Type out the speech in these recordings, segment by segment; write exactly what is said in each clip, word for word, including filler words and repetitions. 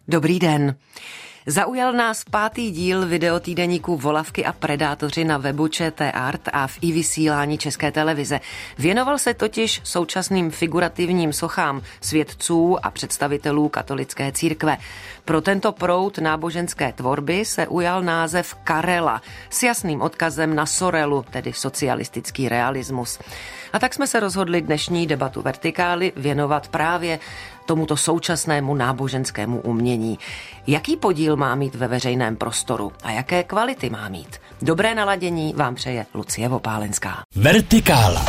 Dobrý den. Zaujal nás pátý díl videotýdeníku Volavky a predátoři na webu ČT-Art a v i-vysílání České televize. Věnoval se totiž současným figurativním sochám svědců a představitelů katolické církve. Pro tento proud náboženské tvorby se ujal název Karela s jasným odkazem na Sorelu, tedy socialistický realismus. A tak jsme se rozhodli dnešní debatu Vertikály věnovat právě tomuto současnému náboženskému umění. Jaký podíl má mít ve veřejném prostoru a jaké kvality má mít? Dobré naladění vám přeje Lucie Vopálenská. Vertikála.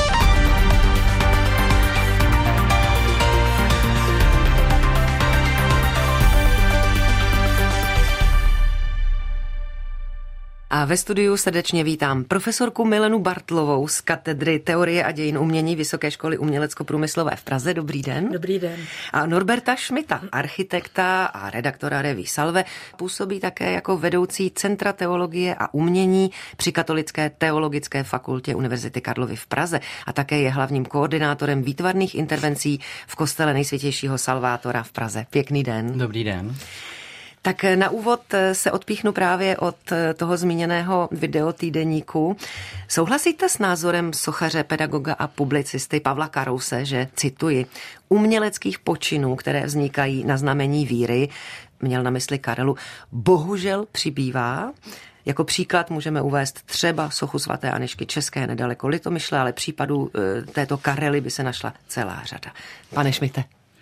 A ve studiu srdečně vítám profesorku Milenu Bartlovou z katedry Teorie a dějin umění Vysoké školy umělecko-průmyslové v Praze. Dobrý den. Dobrý den. A Norberta Schmidta, architekta a redaktora Reví Salve, působí také jako vedoucí Centra teologie a umění při Katolické teologické fakultě Univerzity Karlovy v Praze a také je hlavním koordinátorem výtvarných intervencí v kostele Nejsvětějšího Salvátora v Praze. Pěkný den. Dobrý den. Tak na úvod se odpíchnu právě od toho zmíněného videotýdeníku. Souhlasíte s názorem sochaře, pedagoga a publicisty Pavla Karouse, že, cituji, uměleckých počinů, které vznikají na znamení víry, měl na mysli Karelu, bohužel přibývá? Jako příklad můžeme uvést třeba sochu svaté Anežky České nedaleko Litomyšle, ale případů této Karely by se našla celá řada. Pane Schmidte.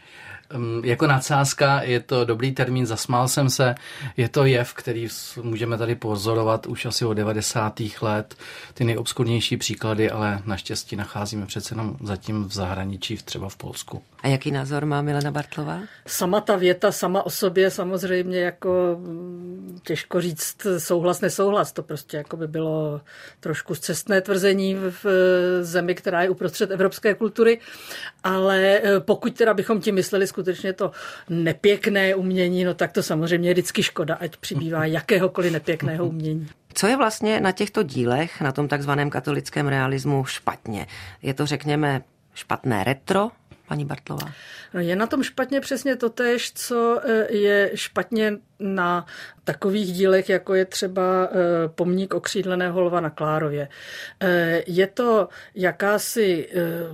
Jako nadsázka je to dobrý termín, zasmál jsem se, je to jev, který můžeme tady pozorovat už asi od devadesátých let. Ty nejobskurnější příklady, ale naštěstí nacházíme přece jenom zatím v zahraničí, třeba v Polsku. A jaký názor má Milena Bartlová? Sama ta věta sama o sobě samozřejmě jako těžko říct souhlas, nesouhlas. To prostě jako by bylo trošku scestné tvrzení v zemi, která je uprostřed evropské kultury. Ale pokud teda bychom tím mysleli skutečně to nepěkné umění, no tak to samozřejmě je vždycky škoda, ať přibývá jakéhokoliv nepěkného umění. Co je vlastně na těchto dílech, na tom takzvaném katolickém realismu špatně? Je to, řekněme, špatné retro, paní Bartlová? No je na tom špatně přesně totéž, co je špatně na takových dílech, jako je třeba Pomník okřídleného lva na Klárově. Je to jakási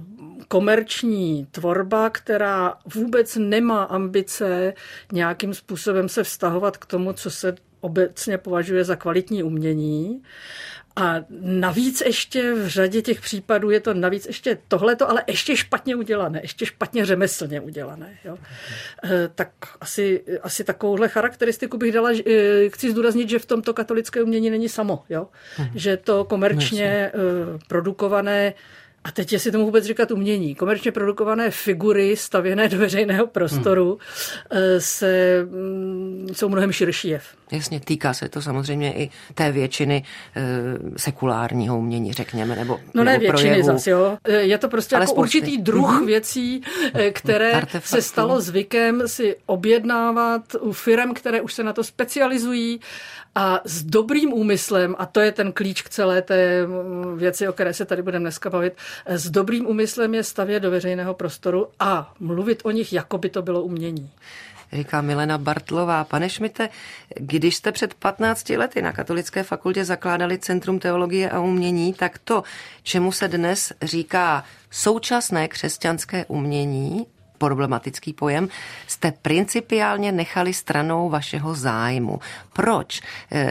komerční tvorba, která vůbec nemá ambice nějakým způsobem se vztahovat k tomu, co se obecně považuje za kvalitní umění. A navíc ještě v řadě těch případů je to navíc ještě tohleto, ale ještě špatně udělané, ještě špatně řemeslně udělané. Jo. E, tak asi, asi takovouhle charakteristiku bych dala, e, chci zdůraznit, že v tomto katolické umění není samo, jo. Mhm. Že to komerčně e, produkované, a teď jestli tomu vůbec říkat umění, komerčně produkované figury stavěné do veřejného prostoru hmm. se, jsou mnohem širší jev. Jasně, týká se to samozřejmě i té většiny e, sekulárního umění, řekněme, nebo No ne nebo většiny projevu. zas, jo. Je to prostě Ale jako spousty. určitý druh mm-hmm. věcí, které Artefaktů. se stalo zvykem si objednávat u firem, které už se na to specializují a s dobrým úmyslem, a to je ten klíč k celé té věci, o které se tady budeme dneska bavit, s dobrým úmyslem je stavět do veřejného prostoru a mluvit o nich, jako by to bylo umění. Říká Milena Bartlová. Pane Schmidte, když jste před patnácti lety na Katolické fakultě zakládali Centrum teologie a umění, tak to, čemu se dnes říká současné křesťanské umění, problematický pojem, jste principiálně nechali stranou vašeho zájmu. Proč?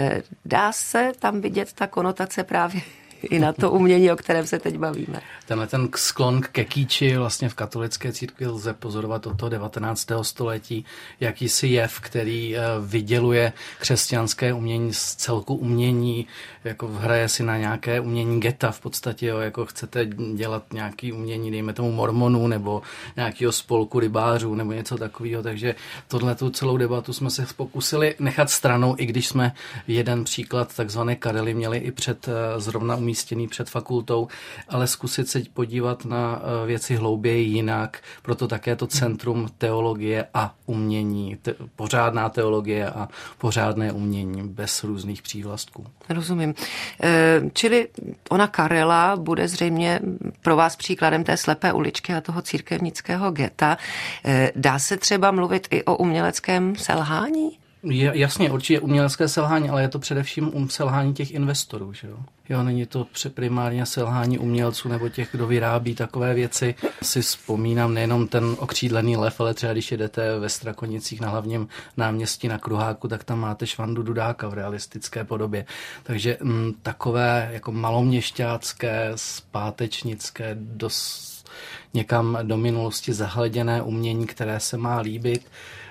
Dá se tam vidět ta konotace právě i na to umění, o kterém se teď bavíme. Tenhle ten sklon ke kýči vlastně v katolické církvi lze pozorovat od toho devatenáctého století, jakýsi jev, který vyděluje křesťanské umění z celku umění, jako hraje si na nějaké umění geta v podstatě, jo, jako chcete dělat nějaké umění, dejme tomu mormonů nebo nějakého spolku rybářů nebo něco takového, takže tohletu celou debatu jsme se pokusili nechat stranou, i když jsme jeden příklad takzvané Karely měli i před zrovna umístěný před fakultou, ale zkusit se podívat na věci hlouběji jinak, proto také to centrum teologie a umění, te, pořádná teologie a pořádné umění bez různých přívlastků. Rozumím. E, čili ona Karela bude zřejmě pro vás příkladem té slepé uličky a toho církevnického geta. E, dá se třeba mluvit i o uměleckém selhání? Je, jasně, určitě umělecké selhání, ale je to především um selhání těch investorů, že jo? Jo, není to primárně selhání umělců nebo těch, kdo vyrábí takové věci. Si vzpomínám nejenom ten okřídlený lev, ale třeba když jedete ve Strakonicích na hlavním náměstí na Kruháku, tak tam máte Švandu Dudáka v realistické podobě. Takže m, takové jako maloměšťácké, zpátečnické, dos, někam do minulosti zahleděné umění, které se má líbit,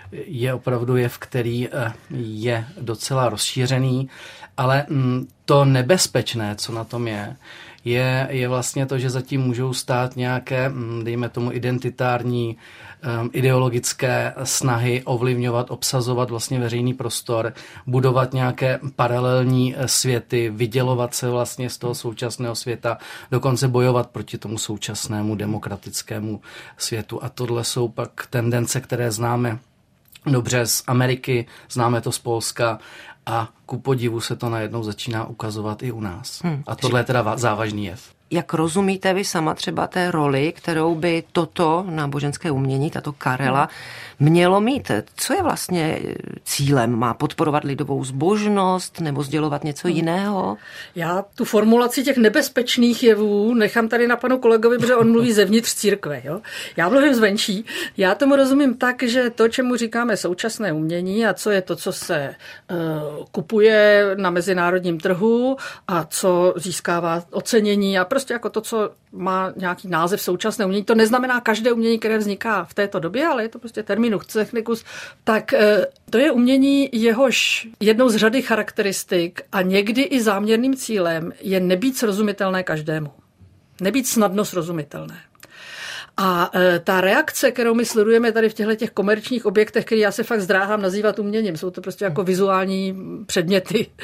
je opravdu jev, který je docela rozšířený, ale to nebezpečné, co na tom je, je, je vlastně to, že zatím můžou stát nějaké, dejme tomu, identitární, ideologické snahy ovlivňovat, obsazovat vlastně veřejný prostor, budovat nějaké paralelní světy, vydělovat se vlastně z toho současného světa, dokonce bojovat proti tomu současnému demokratickému světu. A tohle jsou pak tendence, které známe dobře z Ameriky, známe to z Polska a ku podivu se to najednou začíná ukazovat i u nás. Hmm. A tohle je teda závažný jev. Jak rozumíte vy sama třeba té roli, kterou by toto náboženské umění, tato Karela, mělo mít? Co je vlastně cílem? Má podporovat lidovou zbožnost nebo sdělovat něco jiného? Já tu formulaci těch nebezpečných jevů nechám tady na panu kolegovi, protože on mluví zevnitř církve. Jo? Já mluvím zvenčí. Já tomu rozumím tak, že to, čemu říkáme současné umění a co je to, co se uh, kupuje na mezinárodním trhu a co získává ocenění a prostě jako to, co má nějaký název současné umění. To neznamená každé umění, které vzniká v této době, ale je to prostě terminus technicus. Tak to je umění, jehož jednou z řady charakteristik a někdy i záměrným cílem je nebýt srozumitelné každému. Nebýt snadno srozumitelné. A e, ta reakce, kterou my sledujeme tady v těchto těch komerčních objektech, které já se fakt zdráhám nazývat uměním, jsou to prostě jako vizuální předměty, e,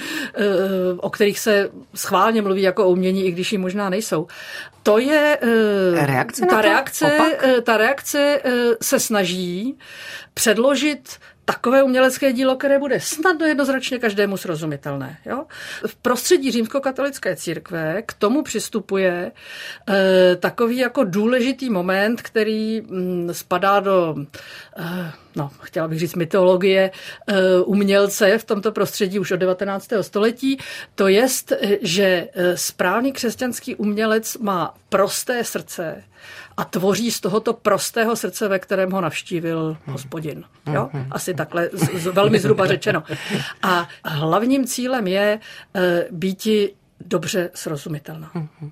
o kterých se schválně mluví jako o umění, i když ji možná nejsou. To je e, reakce ta, reakce, e, ta reakce e, se snaží předložit takové umělecké dílo, které bude snadno jednoznačně každému srozumitelné. Jo? V prostředí římskokatolické církve k tomu přistupuje e, takový jako důležitý moment, který m, spadá do, e, no, chtěla bych říct, mytologie e, umělce v tomto prostředí už od devatenáctého století. To jest, že správný křesťanský umělec má prosté srdce a tvoří z tohoto prostého srdce, ve kterém ho navštívil Hospodin. Jo? Asi takhle z, z, velmi zhruba řečeno. A hlavním cílem je e, býti dobře srozumitelná.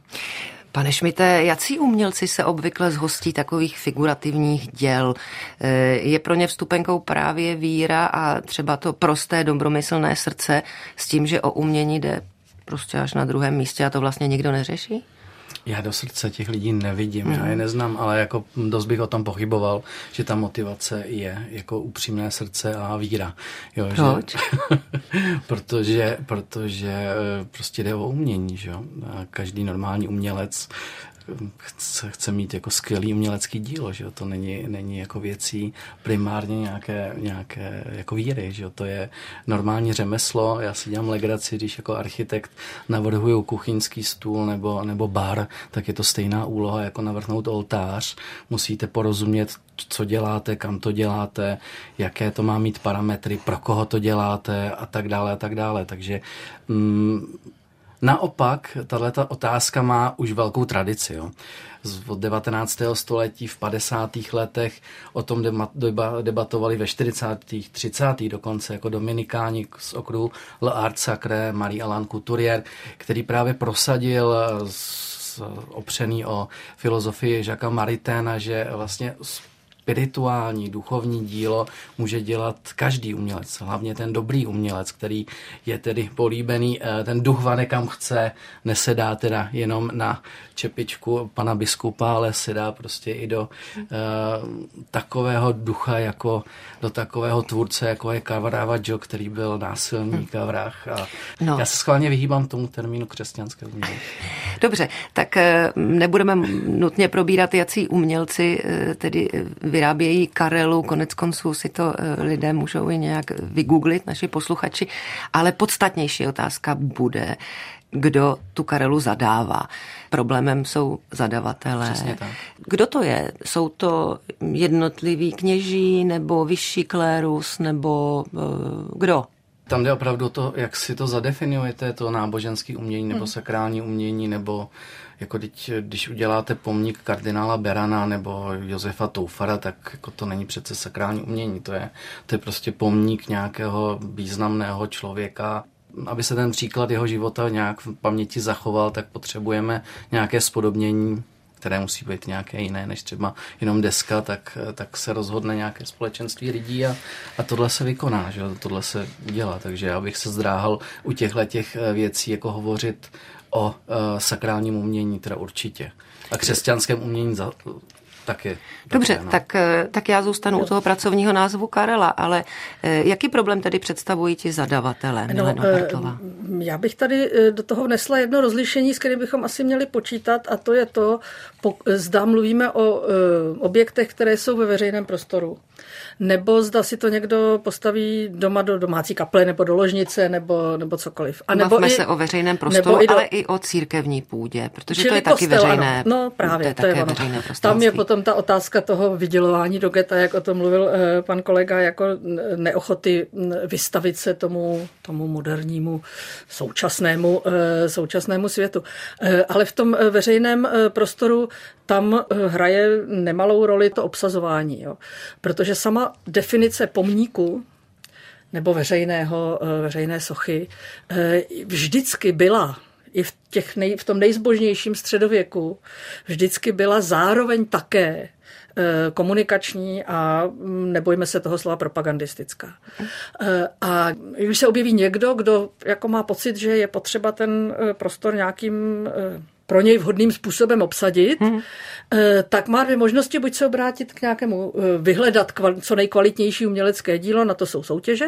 Pane Šmite, jací umělci se obvykle zhostí takových figurativních děl? Je pro ně vstupenkou právě víra a třeba to prosté dobromyslné srdce s tím, že o umění jde prostě až na druhém místě a to vlastně nikdo neřeší? Já do srdce těch lidí nevidím, mm. já je neznám, ale jako dost bych o tom pochyboval, že ta motivace je jako upřímné srdce a víra. Jo, Proč? Že, protože, protože prostě jde o umění, že jo. Každý normální umělec chce, chce mít jako skvělý umělecký dílo, že jo? To není, není jako věcí primárně nějaké, nějaké jako víry, že jo? To je normální řemeslo. Já si dělám legraci, když jako architekt navrhuju kuchyňský stůl nebo, nebo bar, tak je to stejná úloha jako navrhnout oltář. Musíte porozumět, co děláte, kam to děláte, jaké to má mít parametry, pro koho to děláte a tak dále a tak dále. Takže mm, naopak, tato otázka má už velkou tradici. Jo. Od devatenáctého století v padesátých letech o tom debatovali ve čtyřicátých, třicátých dokonce jako dominikáni z okruhu L'Art Sacré, Marie-Alain Couturier, který právě prosadil opřený o filozofii Jacquesa Maritáina, že vlastně spirituální, duchovní dílo může dělat každý umělec, hlavně ten dobrý umělec, který je tedy políbený, ten duch vane kam chce, nesedá teda jenom na čepičku pana biskupa, ale sedá prostě i do uh, takového ducha, jako do takového tvůrce, jako je Caravaggio, který byl násilník a vrah. A no. Já se schválně vyhýbám tomu termínu křesťanské umění. Dobře, tak nebudeme nutně probírat, jací umělci tedy vyrábějí Karelu, konec konců si to lidé můžou i nějak vygooglit, naši posluchači, ale podstatnější otázka bude, kdo tu Karelu zadává. Problémem jsou zadavatelé. Přesně tak. Kdo to je? Jsou to jednotliví kněží nebo vyšší klérus nebo uh, kdo? Tam jde opravdu to, jak si to zadefinujete, to náboženské umění nebo sakrální umění, nebo jako když, když uděláte pomník kardinála Berana nebo Josefa Toufara, tak jako to není přece sakrální umění, to je, to je prostě pomník nějakého významného člověka. Aby se ten příklad jeho života nějak v paměti zachoval, tak potřebujeme nějaké spodobnění, které musí být nějaké jiné než třeba jenom deska, tak, tak se rozhodne nějaké společenství lidí a, a tohle se vykoná, že? Tohle se udělá. Takže já bych se zdráhal u těchto těch věcí jako hovořit o uh, sakrálním umění, teda určitě. A křesťanském umění za, taky. Dobře, taky, no. tak, tak já zůstanu jo. u toho pracovního názvu Karela, ale jaký problém tady představují ti zadavatelé, Mileno Bertlová? Já bych tady do toho vnesla jedno rozlišení, s kterým bychom asi měli počítat, a to je to, zda mluvíme o objektech, které jsou ve veřejném prostoru, nebo zda si to někdo postaví doma do domácí kaple, nebo do ložnice, nebo, nebo cokoliv. A nebo Bavme i, se o veřejném prostoru, i do, ale i o církevní půdě, protože to je taky kostel, veřejné. Ano. No právě, to je, to je veřejné ono. Tam je potom ta otázka toho vydělování do geta, jak o tom mluvil eh, pan kolega, jako neochoty vystavit se tomu, tomu modernímu současnému, eh, současnému světu. Eh, ale v tom veřejném eh, prostoru tam hraje nemalou roli to obsazování, jo. Protože sama definice pomníku nebo veřejného, veřejné sochy vždycky byla, i v, těch nej, v tom nejzbožnějším středověku, vždycky byla zároveň také komunikační a nebojme se toho slova propagandistická. A když se objeví někdo, kdo jako má pocit, že je potřeba ten prostor nějakým pro něj vhodným způsobem obsadit, hmm. tak má dvě možnosti, buď se obrátit k nějakému, vyhledat co nejkvalitnější umělecké dílo, na to jsou soutěže,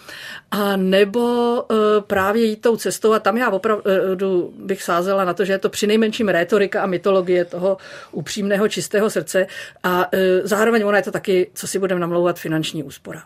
a nebo právě jít tou cestou, a tam já opravdu bych sázela na to, že je to přinejmenším rétorika a mytologie toho upřímného, čistého srdce, a zároveň ona je to taky, co si budeme namlouvat, finanční úspora.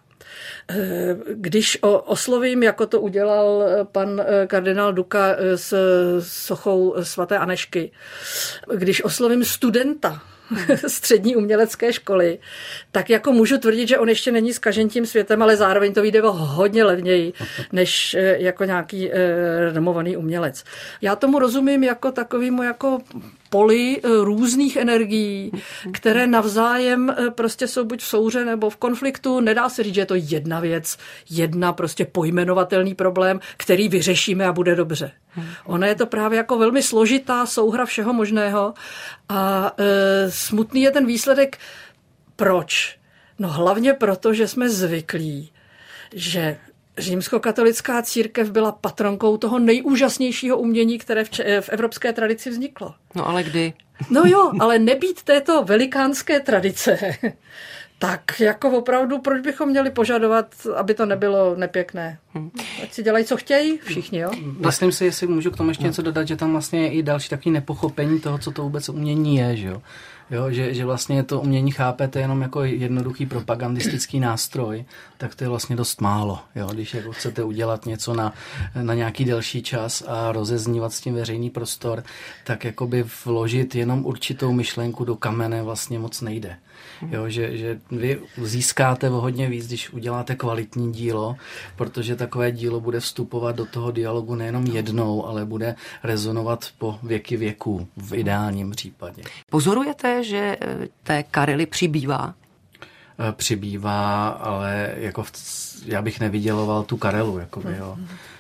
Když oslovím, jako to udělal pan kardinál Duka s sochou svaté Anežky, když oslovím studenta střední umělecké školy, tak jako můžu tvrdit, že on ještě není zkažen tím světem, ale zároveň to vyjde hodně levněji, než jako nějaký renomovaný umělec. Já tomu rozumím jako takovému jako poli různých energií, které navzájem prostě jsou buď v souře nebo v konfliktu. Nedá se říct, že je to jedna věc, jedna prostě pojmenovatelný problém, který vyřešíme a bude dobře. Ona je to právě jako velmi složitá souhra všeho možného a e, smutný je ten výsledek. Proč? No hlavně proto, že jsme zvyklí, že římskokatolická církev byla patronkou toho nejúžasnějšího umění, které v, če- v evropské tradici vzniklo. No ale kdy? No jo, ale nebýt této velikánské tradice, tak jako opravdu, proč bychom měli požadovat, aby to nebylo nepěkné? Ať si dělají, co chtějí, všichni, jo? Myslím si, jestli můžu k tomu ještě něco dodat, že tam vlastně je i další takový nepochopení toho, co to vůbec umění je, že jo? Jo, že, že vlastně to umění chápete jenom jako jednoduchý propagandistický nástroj, tak to je vlastně dost málo. Jo? Když jako chcete udělat něco na, na nějaký delší čas a rozeznívat s tím veřejný prostor, tak jakoby vložit jenom určitou myšlenku do kamene vlastně moc nejde. Jo, že, že vy získáte o hodně víc, když uděláte kvalitní dílo, protože takové dílo bude vstupovat do toho dialogu nejenom jednou, ale bude rezonovat po věky věků v ideálním případě. Pozorujete, že té Karely přibývá? Přibývá, ale jako v, já bych nevyděloval tu Karelu. Jakoby, jo.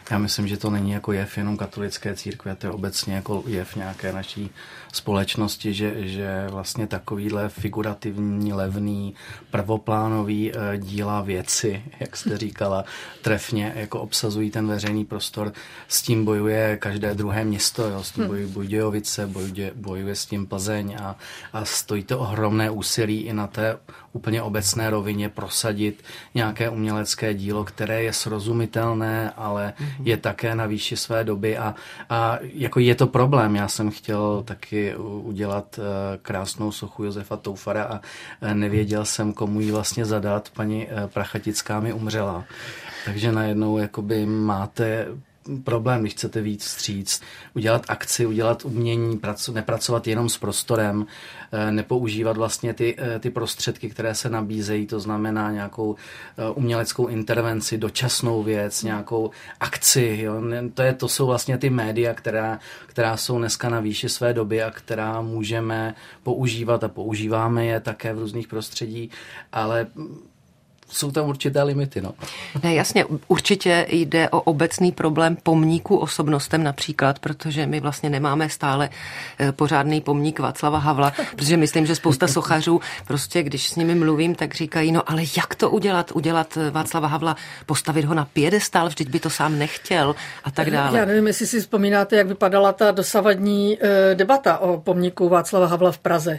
Já myslím, že to není jako jev jenom katolické církve, to je obecně jako jev nějaké naší společnosti, že, že vlastně takovýhle figurativní, levný, prvoplánový e, díla věci, jak jste říkala, trefně jako obsazují ten veřejný prostor. S tím bojuje každé druhé město, jo, s tím bojují Budějovice, bojuje, bojuje s tím Plzeň a, a stojí to ohromné úsilí i na té úplně obecné rovině prosadit nějaké umělecké dílo, které je srozumitelné, ale mm-hmm. je také na výši své doby a, a jako je to problém. Já jsem chtěl taky udělat uh, krásnou sochu Josefa Toufara a uh, nevěděl jsem, komu ji vlastně zadat. Paní uh, Prachatická mi umřela. Takže najednou jakoby máte problém, když chcete víc vstříc, udělat akci, udělat umění, pracu, nepracovat jenom s prostorem, nepoužívat vlastně ty, ty prostředky, které se nabízejí, to znamená nějakou uměleckou intervenci, dočasnou věc, nějakou akci. Jo. To, je, to jsou vlastně ty média, která, která jsou dneska na výši své doby a která můžeme používat a používáme je také v různých prostředí, ale jsou tam určité limity, no. Ne, jasně, určitě jde o obecný problém pomníků osobnostem například, protože my vlastně nemáme stále pořádný pomník Václava Havla, protože myslím, že spousta sochařů prostě, když s nimi mluvím, tak říkají, no ale jak to udělat, udělat Václava Havla, postavit ho na piedestál, vždyť by to sám nechtěl a tak dále. Já nevím, jestli si vzpomínáte, jak vypadala ta dosavadní debata o pomníku Václava Havla v Praze.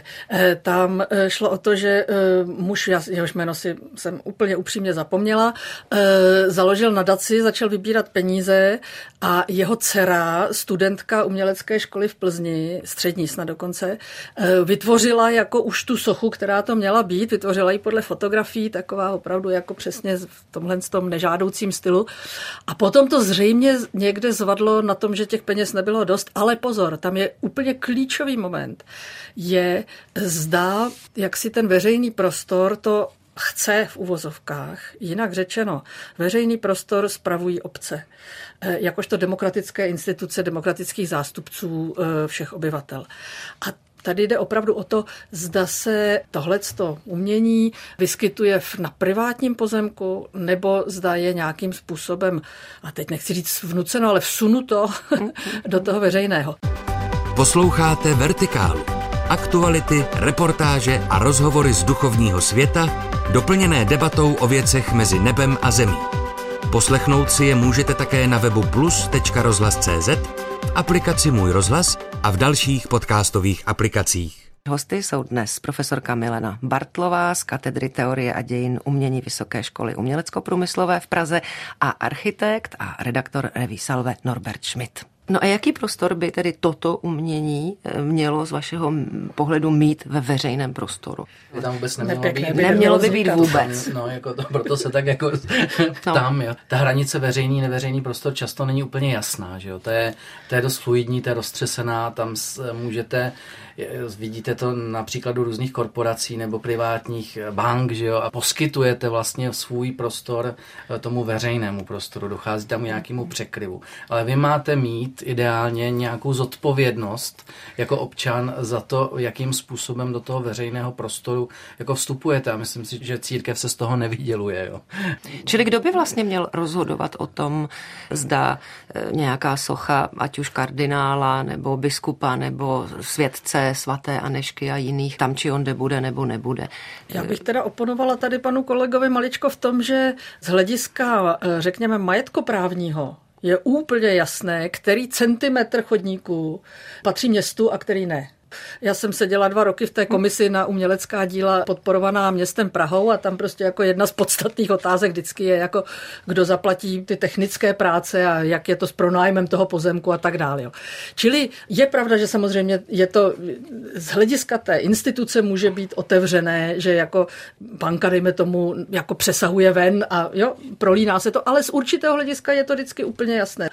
Tam šlo o to, že muž, jehož jméno si jsem úplně úplně upřímně zapomněla, e, založil nadaci, začal vybírat peníze a jeho dcera, studentka umělecké školy v Plzni, střední snad dokonce, e, vytvořila jako už tu sochu, která to měla být, vytvořila ji podle fotografií, taková opravdu jako přesně v tomhle tom nežádoucím stylu. A potom to zřejmě někde zvadlo na tom, že těch peněz nebylo dost, ale pozor, tam je úplně klíčový moment. Je, zdá, jak si ten veřejný prostor to chce v uvozovkách, jinak řečeno, veřejný prostor spravují obce, jakožto demokratické instituce demokratických zástupců všech obyvatel. A tady jde opravdu o to, zda se tohleto umění vyskytuje na privátním pozemku, nebo zda je nějakým způsobem, a teď nechci říct vnuceno, ale vsunuto do toho veřejného. Posloucháte Vertikálu. Aktuality, reportáže a rozhovory z duchovního světa, doplněné debatou o věcech mezi nebem a zemí. Poslechnout si je můžete také na webu plus tečka rozhlas tečka cé zet, v aplikaci Můj rozhlas a v dalších podcastových aplikacích. Hosty jsou dnes profesorka Milena Bartlová z katedry teorie a dějin umění Vysoké školy umělecko-průmyslové v Praze a architekt a redaktor Reví Salve Norbert Schmidt. No a jaký prostor by tedy toto umění mělo z vašeho pohledu mít ve veřejném prostoru? Tam vůbec nemělo Nepěkné, být. by Nemělo by být vůbec. No, jako to, proto se tak jako ptám, no. Jo. Ta hranice veřejný, neveřejný prostor často není úplně jasná, že jo. To je, to je dost fluidní, to je roztřesená, tam můžete, vidíte to na příkladu různých korporací nebo privátních bank, že jo, a poskytujete vlastně svůj prostor tomu veřejnému prostoru, dochází tam k nějakému překryvu. Ale vy máte mít ideálně nějakou zodpovědnost jako občan za to, jakým způsobem do toho veřejného prostoru jako vstupujete. A myslím si, že církev se z toho nevyděluje. Jo. Čili kdo by vlastně měl rozhodovat o tom, zda nějaká socha, ať už kardinála, nebo biskupa, nebo světce, svaté Anežky a jiných, tam či onde bude, nebo nebude. Já bych teda oponovala tady panu kolegovi maličko v tom, že z hlediska, řekněme, majetkoprávního je úplně jasné, který centimetr chodníků patří městu a který ne. Já jsem seděla dva roky v té komisi na umělecká díla podporovaná městem Prahou a tam prostě jako jedna z podstatných otázek vždycky je jako, kdo zaplatí ty technické práce a jak je to s pronájmem toho pozemku a tak dále. Jo. Čili je pravda, že samozřejmě je to z hlediska té instituce může být otevřené, že jako banka, dejme tomu, jako přesahuje ven a jo, prolíná se to, ale z určitého hlediska je to vždycky úplně jasné.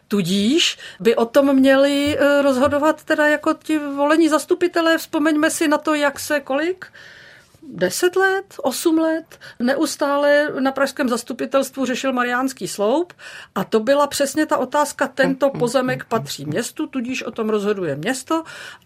Tudíž by o tom měli rozhodovat teda jako ti volení zastupitelé, vzpomeňme si na to, jak se kolik? Deset let, osm let neustále na pražském zastupitelstvu řešil Mariánský sloup a to byla přesně ta otázka, tento pozemek patří městu, tudíž o tom rozhoduje město a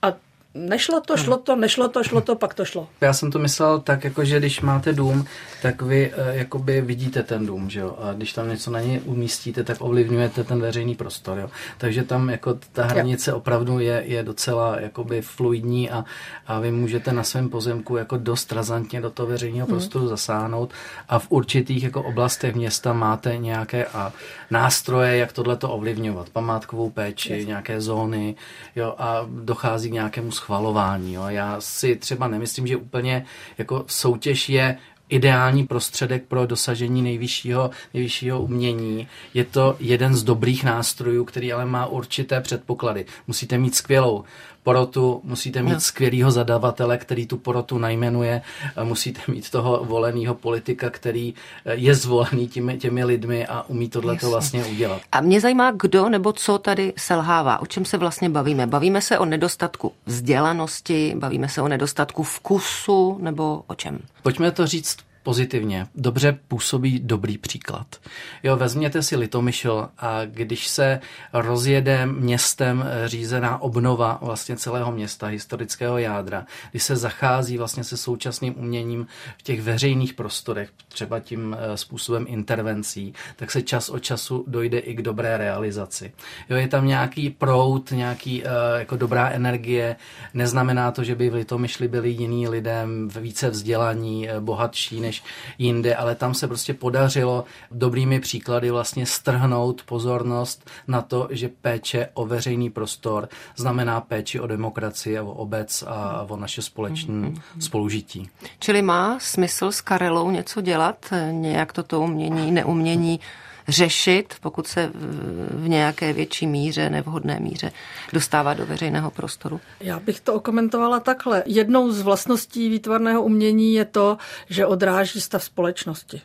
Nešlo to, šlo to, nešlo to, šlo to, pak to šlo. Já jsem to myslel tak, jako, že když máte dům, tak vy e, jakoby vidíte ten dům, že jo? A když tam něco na něj umístíte, tak ovlivňujete ten veřejný prostor. Jo? Takže tam jako ta hranice opravdu je, je docela jakoby fluidní a, a vy můžete na svém pozemku jako dost razantně do toho veřejného prostoru mm. zasáhnout a v určitých jako oblastech města máte nějaké a nástroje, jak tohleto ovlivňovat. Památkovou péči, yes. nějaké zóny, jo? A dochází k nějakému schvalování. Jo. Já si třeba nemyslím, že úplně jako soutěž je ideální prostředek pro dosažení nejvyššího, nejvyššího umění. Je to jeden z dobrých nástrojů, který ale má určité předpoklady. Musíte mít skvělou porotu, musíte mít no. skvělýho zadavatele, který tu porotu najmenuje, musíte mít toho voleného politika, který je zvolený těmi, těmi lidmi a umí tohleto vlastně udělat. A mě zajímá, kdo nebo co tady selhává, o čem se vlastně bavíme. Bavíme se o nedostatku vzdělanosti, bavíme se o nedostatku vkusu, nebo o čem? Pojďme to říct pozitivně. Dobře působí dobrý příklad. Jo, vezměte si Litomyšl a když se rozjede městem řízená obnova vlastně celého města, historického jádra, když se zachází vlastně se současným uměním v těch veřejných prostorech, třeba tím způsobem intervencí, tak se čas od času dojde i k dobré realizaci. Jo, je tam nějaký proud, nějaký jako dobrá energie. Neznamená to, že by v Litomyšli byli jiní lidé více vzdělaní, bohatší než jinde, ale tam se prostě podařilo dobrými příklady vlastně strhnout pozornost na to, že péče o veřejný prostor znamená péči o demokracii, o obec a o naše společné mm-hmm. spolužití. Čili má smysl s Karelou něco dělat, nějak toto umění, neumění řešit, pokud se v nějaké větší míře, nevhodné míře dostává do veřejného prostoru? Já bych to okomentovala takhle. Jednou z vlastností výtvarného umění je to, že odráží stav společnosti.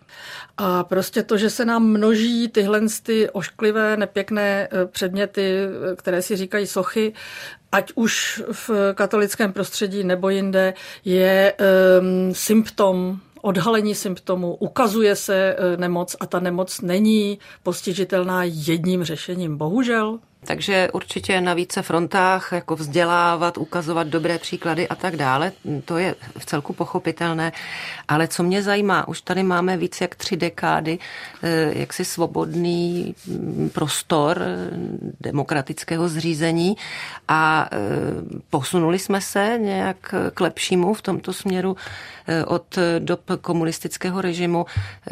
A prostě to, že se nám množí tyhle ty ošklivé, nepěkné předměty, které si říkají sochy, ať už v katolickém prostředí nebo jinde, je um, symptom odhalení symptomů, ukazuje se nemoc a ta nemoc není postižitelná jedním řešením, bohužel. Takže určitě na více frontách, jako vzdělávat, ukazovat dobré příklady a tak dále, to je v celku pochopitelné. Ale co mě zajímá, už tady máme víc jak tři dekády jaksi svobodný prostor demokratického zřízení a posunuli jsme se nějak k lepšímu v tomto směru od dob komunistického režimu.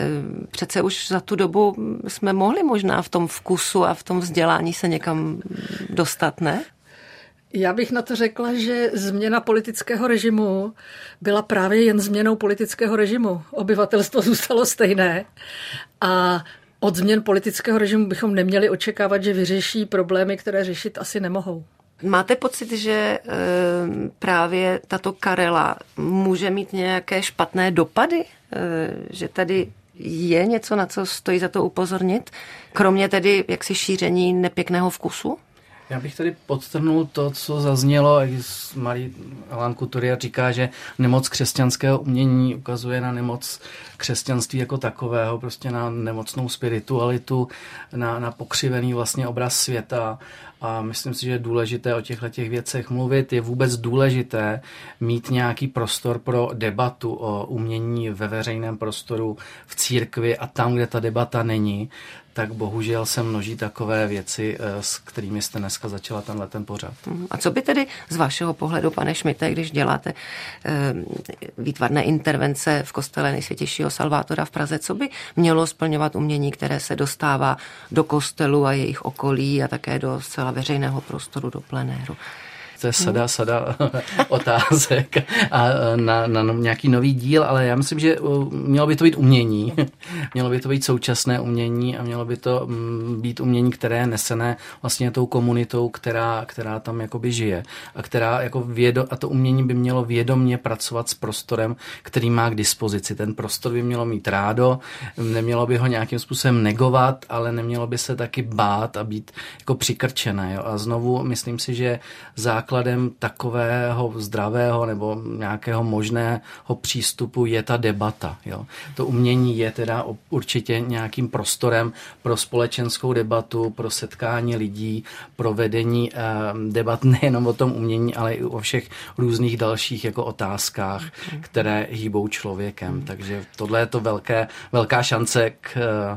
Přece už za tu dobu jsme mohli možná v tom vkusu a v tom vzdělání se někam dostat, ne? Já bych na to řekla, že změna politického režimu byla právě jen změnou politického režimu. Obyvatelstvo zůstalo stejné a od změn politického režimu bychom neměli očekávat, že vyřeší problémy, které řešit asi nemohou. Máte pocit, že e, právě tato Karela může mít nějaké špatné dopady? E, že tady je něco, na co stojí za to upozornit? Kromě tedy jaksi šíření nepěkného vkusu? Já bych tady podtrhnul to, co zaznělo, když Marie-Alain Couturier říká, že nemoc křesťanského umění ukazuje na nemoc křesťanství jako takového, prostě na nemocnou spiritualitu, na, na pokřivený vlastně obraz světa. A myslím si, že je důležité o těchto těch věcech mluvit. Je vůbec důležité mít nějaký prostor pro debatu o umění ve veřejném prostoru, v církvi a tam, kde ta debata není, tak bohužel se množí takové věci, s kterými jste dneska začala tenhle ten pořad. A co by tedy z vašeho pohledu, pane Šmite, když děláte výtvarné intervence v kostele Nejsvětějšího Salvátora v Praze, co by mělo splňovat umění, které se dostává do kostelu a jejich okolí a také do zcela veřejného prostoru, do plenéru? To je sada, sada otázek a na, na nějaký nový díl, ale já myslím, že mělo by to být umění. Mělo by to být současné umění a mělo by to být umění, které je nesené vlastně tou komunitou, která, která tam jakoby žije. A která jako vědo, a to umění by mělo vědomně pracovat s prostorem, který má k dispozici. Ten prostor by mělo mít rádo, nemělo by ho nějakým způsobem negovat, ale nemělo by se taky bát a být jako přikrčené. Jo? A znovu myslím si, že základ základem takového zdravého nebo nějakého možného přístupu je ta debata. Jo. To umění je teda určitě nějakým prostorem pro společenskou debatu, pro setkání lidí, pro vedení eh, debat nejenom o tom umění, ale i o všech různých dalších jako otázkách, které hýbou člověkem. Takže tohle je to velké, velká šance k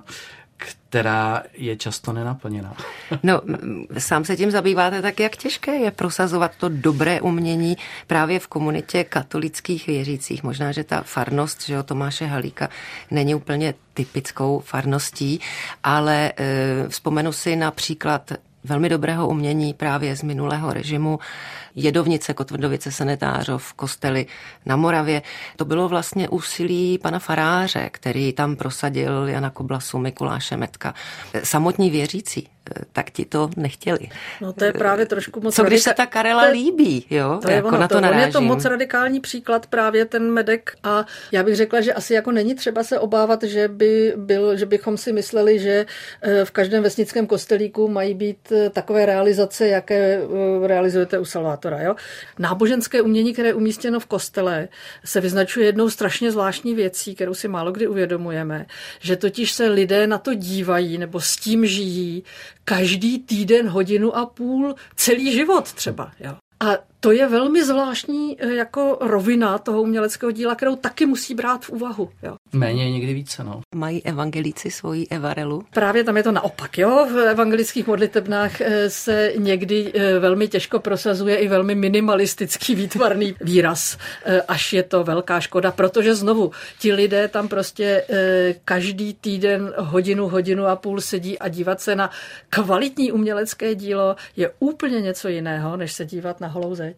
která je často nenaplněná. No, sám se tím zabýváte, tak jak těžké je prosazovat to dobré umění právě v komunitě katolických věřících. Možná, že ta farnost, že jo, Tomáše Halíka není úplně typickou farností, ale e, vzpomenu si například velmi dobrého umění právě z minulého režimu Jedovnice, Kotvrdovice, Senetářov, kostely na Moravě. To bylo vlastně úsilí pana faráře, který tam prosadil Jana Koblasu, Mikuláše Metka. Samotní věřící, tak ti to nechtěli. No to je právě trošku moc... Co když se ta Karela líbí, jo? To je jako ono, na to, to narážím. On je to moc radikální příklad právě ten Medek a já bych řekla, že asi jako není třeba se obávat, že by byl, že bychom si mysleli, že v každém vesnickém kostelíku mají být takové realizace, jaké realizujete u Salvátora, jo? Náboženské umění, které je umístěno v kostele, se vyznačuje jednou strašně zvláštní věcí, kterou si málo kdy uvědomujeme, že totiž se lidé na to dívají nebo s tím žijí každý týden hodinu a půl, celý život třeba. Jo. A to je velmi zvláštní jako rovina toho uměleckého díla, kterou taky musí brát v úvahu. Jo. Méně je někdy více, no. Mají evangelíci svoji evarelu? Právě tam je to naopak, jo. V evangelických modlitebnách se někdy velmi těžko prosazuje i velmi minimalistický výtvarný výraz, až je to velká škoda, protože znovu ti lidé tam prostě každý týden hodinu, hodinu a půl sedí a dívat se na kvalitní umělecké dílo je úplně něco jiného, než se dívat na holou zeď.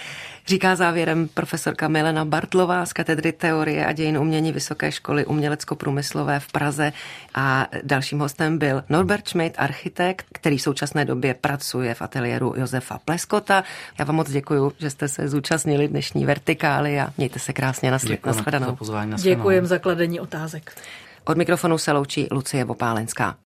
Říká závěrem profesorka Milena Bartlová z katedry teorie a dějin umění Vysoké školy umělecko-průmyslové v Praze a dalším hostem byl Norbert Schmidt, architekt, který v současné době pracuje v ateliéru Josefa Pleskota. Já vám moc děkuji, že jste se zúčastnili dnešní Vertikály a mějte se krásně. Nashledanou. Děkujem za kladení otázek. Od mikrofonu se loučí Lucie Vopálenská.